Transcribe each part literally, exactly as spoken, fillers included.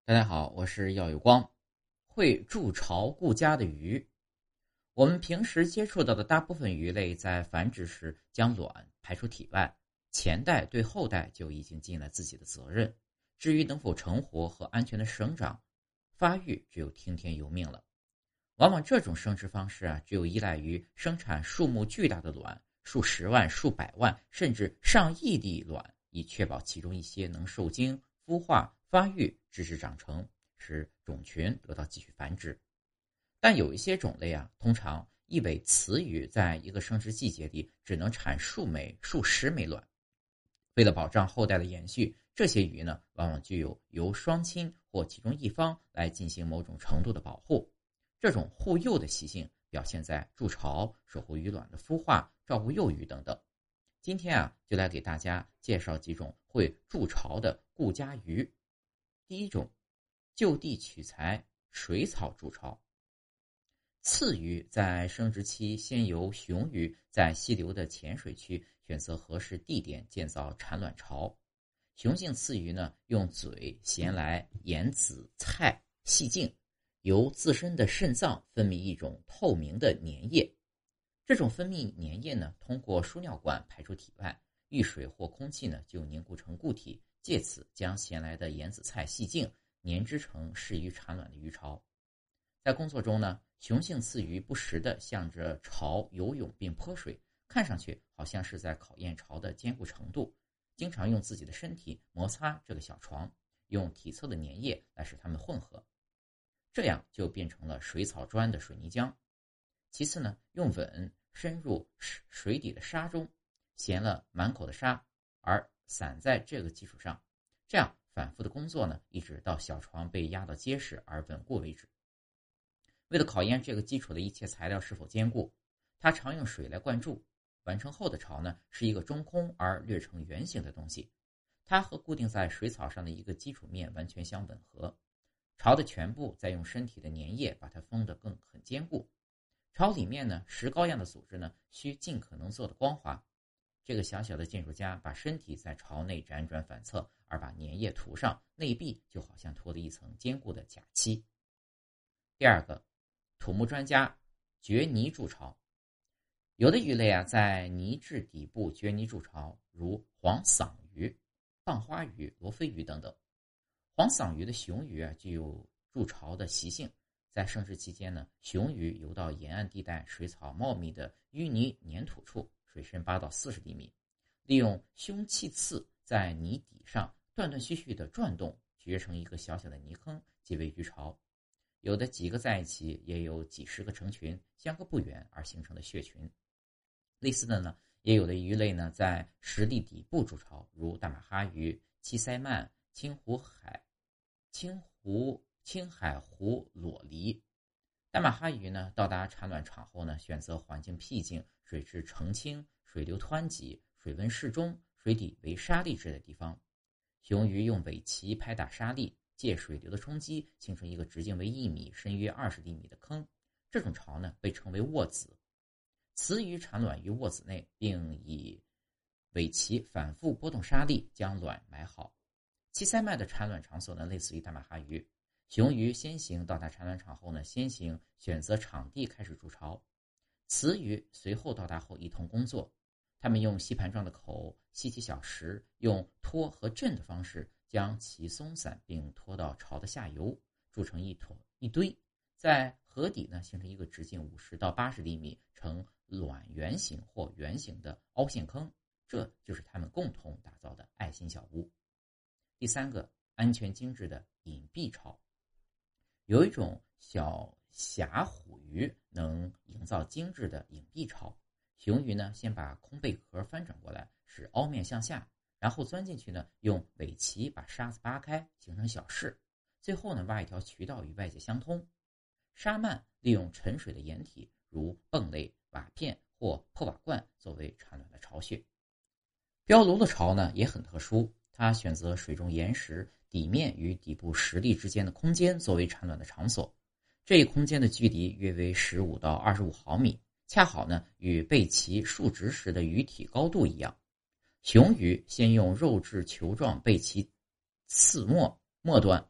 大家好，我是耀有光。会筑巢顾家的鱼，我们平时接触到的大部分鱼类在繁殖时将卵排出体外，前代对后代就已经尽了自己的责任。至于能否成活和安全的生长发育，只有听天由命了。往往这种生殖方式啊，只有依赖于生产数目巨大的卵，数十万、数百万甚至上亿粒卵，以确保其中一些能受精、孵化、发育，直至长成，使种群得到继续繁殖。但有一些种类啊，通常一尾雌鱼在一个生殖季节里只能产数枚、数十枚卵。为了保障后代的延续，这些鱼呢，往往具有由双亲或其中一方来进行某种程度的保护。这种护幼的习性表现在筑巢、守护鱼卵的孵化、照顾幼鱼等等。今天啊，就来给大家介绍几种会筑巢的顾家鱼。第一种，就地取材水草筑巢。刺鱼在生殖期先由雄鱼在溪流的浅水区选择合适地点建造产卵巢。雄性刺鱼呢，用嘴衔来盐紫菜细茎，由自身的肾脏分泌一种透明的粘液。这种分泌粘液呢，通过输尿管排出体外，遇水或空气呢就凝固成固体，借此将衔来的盐紫菜细茎粘织成适于产卵的鱼巢。在工作中呢，雄性刺鱼不时地向着巢游泳并泼水，看上去好像是在考验巢的坚固程度，经常用自己的身体摩擦这个小床，用体侧的粘液来使它们混合，这样就变成了水草砖的水泥浆。其次呢，用吻深入水底的沙中，衔了满口的沙，而散在这个基础上，这样反复的工作呢，一直到小床被压到结实而稳固为止。为了考验这个基础的一切材料是否坚固，它常用水来灌注。完成后的巢呢，是一个中空而略呈圆形的东西，它和固定在水草上的一个基础面完全相吻合。巢的全部再用身体的粘液把它封得更很坚固。巢里面呢，石膏样的组织呢，需尽可能做得光滑。这个小小的建筑家把身体在巢内辗转反侧，而把粘液涂上，内壁就好像涂了一层坚固的假漆。第二个，土木专家掘泥筑巢。有的鱼类啊，在泥质底部掘泥筑巢，如黄嗓鱼、棒花鱼、罗非鱼等等。黄嗓鱼的雄鱼啊，具有筑巢的习性。在生殖期间呢，雄鱼游到沿岸地带水草茂密的淤泥粘土处，水深八到四十厘米，利用凶器刺在泥底上断断续续的转动，掘成一个小小的泥坑，即为鱼巢。有的几个在一起，也有几十个成群，相隔不远而形成的血群。类似的呢，也有的鱼类呢，在石砾底部筑巢，如大马哈鱼、七鳃鳗、青湖海、青湖青海湖裸梨。大马哈鱼呢，到达产卵场后呢，选择环境僻静、水质澄清、水流湍急、水温适中、水底为沙砾质的地方。雄鱼用尾鳍拍打沙砾，借水流的冲击，形成一个直径为一米、深约二十厘米的坑。这种巢呢，被称为卧子。雌鱼产卵于卧子内，并以尾鳍反复拨动沙砾，将卵埋好。七鳃鳗的产卵场所呢，类似于大马哈鱼。雄鱼先行到达产卵场后呢，先行选择场地开始筑巢，雌鱼随后到达后一同工作。它们用吸盘状的口吸起小石，用拖和震的方式将其松散，并拖到巢的下游，筑成一坨一堆，在河底呢形成一个直径五十到八十厘米、呈卵圆形或圆形的凹陷坑，这就是它们共同打造的爱心小屋。第三个，安全精致的隐蔽巢。有一种小峡虎鱼能营造精致的隐蔽巢。雄鱼呢，先把空贝壳翻转过来，使凹面向下，然后钻进去呢，用尾鳍把沙子扒开，形成小室，最后呢，挖一条渠道与外界相通。沙鳗利用沉水的掩体，如泵类、瓦片或破瓦罐作为产卵的巢穴。标炉的巢呢也很特殊，它选择水中岩石底面与底部石砾之间的空间作为产卵的场所。这一空间的距离约为十五到二十五毫米，恰好呢与背鳍竖直时的鱼体高度一样。雄鱼先用肉质球状背鳍刺末末端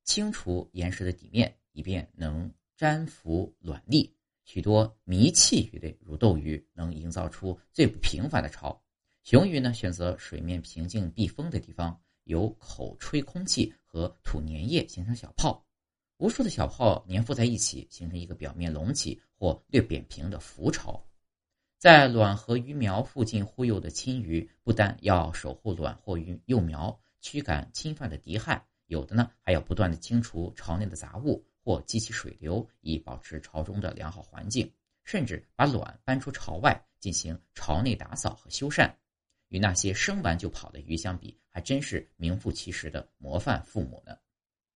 清除岩石的底面，以便能粘附卵粒。许多迷气鱼类如斗鱼能营造出最不平凡的巢。雄鱼呢，选择水面平静避风的地方，由口吹空气和吐粘液形成小泡，无数的小泡粘附在一起，形成一个表面隆起或略扁平的浮巢。在卵和鱼苗附近忽悠的亲鱼，不但要守护卵或鱼幼苗，驱赶侵犯的敌害，有的呢还要不断的清除巢内的杂物或激起水流，以保持巢中的良好环境，甚至把卵搬出巢外进行巢内打扫和修缮。与那些生完就跑的鱼相比，还真是名副其实的模范父母呢。